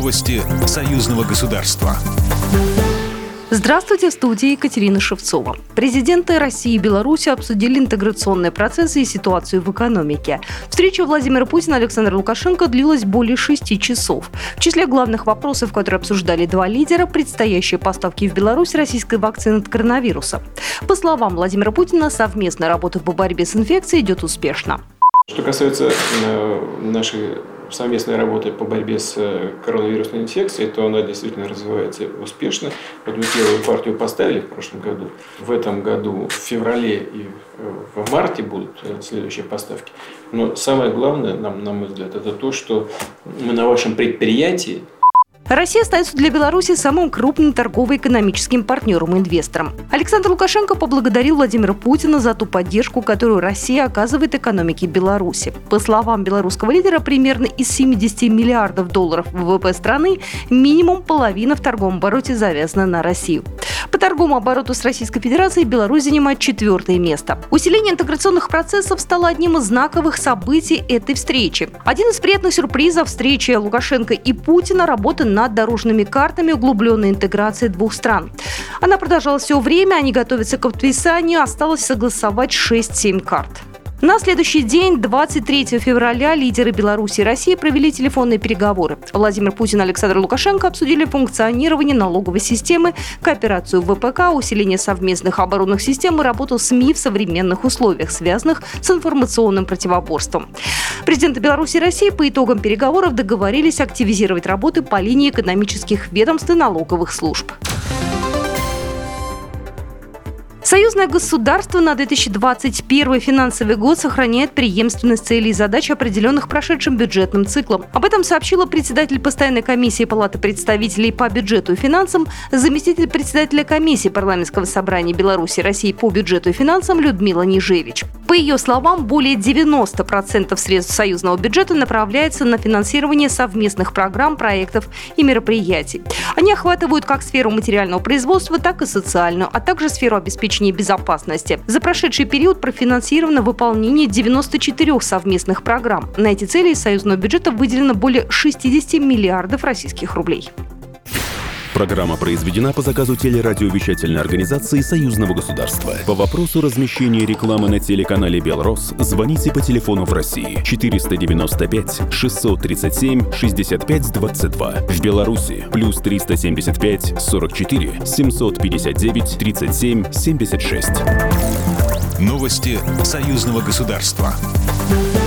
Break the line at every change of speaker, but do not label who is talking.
Новости союзного государства.
Здравствуйте, в студии Екатерина Шевцова. Президенты России и Беларуси обсудили интеграционные процессы и ситуацию в экономике. Встреча Владимира Путина и Александра Лукашенко длилась более 6 часов. В числе главных вопросов, которые обсуждали два лидера, предстоящие поставки в Беларусь российской вакцины от коронавируса. По словам Владимира Путина, совместная работа по борьбе с инфекцией идет успешно.
Что касается нашей совместной работы по борьбе с коронавирусной инфекцией, то она действительно развивается успешно. Вот мы первую партию поставили в прошлом году. В этом году в феврале и в марте будут следующие поставки. Но самое главное, на мой взгляд, это то, что мы на вашем предприятии.
Россия остается для Беларуси самым крупным торгово-экономическим партнером и инвестором. Александр Лукашенко поблагодарил Владимира Путина за ту поддержку, которую Россия оказывает экономике Беларуси. По словам белорусского лидера, примерно из 70 миллиардов долларов ВВП страны минимум половина в торговом обороте завязана на Россию. По торговому обороту с Российской Федерацией Беларусь занимает 4-е место. Усиление интеграционных процессов стало одним из знаковых событий этой встречи. Один из приятных сюрпризов встречи Лукашенко и Путина – работа над дорожными картами углубленной интеграции двух стран. Она продолжалась все время, они готовятся к подписанию, осталось согласовать 6-7 карт. На следующий день, 23 февраля, лидеры Беларуси и России провели телефонные переговоры. Владимир Путин и Александр Лукашенко обсудили функционирование налоговой системы, кооперацию в ВПК, усиление совместных оборонных систем и работу СМИ в современных условиях, связанных с информационным противоборством. Президенты Беларуси и России по итогам переговоров договорились активизировать работы по линии экономических ведомств и налоговых служб. Союзное государство на 2021 финансовый год сохраняет преемственность целей и задач, определенных прошедшим бюджетным циклом. Об этом сообщила председатель постоянной комиссии Палаты представителей по бюджету и финансам, заместитель председателя комиссии парламентского собрания Беларуси и России по бюджету и финансам Людмила Нижевич. По ее словам, более 90% средств союзного бюджета направляется на финансирование совместных программ, проектов и мероприятий. Они охватывают как сферу материального производства, так и социальную, а также сферу обеспечения безопасности. За прошедший период профинансировано выполнение 94 совместных программ. На эти цели из союзного бюджета выделено более 60 миллиардов российских рублей.
Программа произведена по заказу телерадиовещательной организации Союзного государства. По вопросу размещения рекламы на телеканале «Белрос» звоните по телефону в России 495 637 65 22. В Беларуси плюс 375 44 759 37 76.
Новости союзного государства.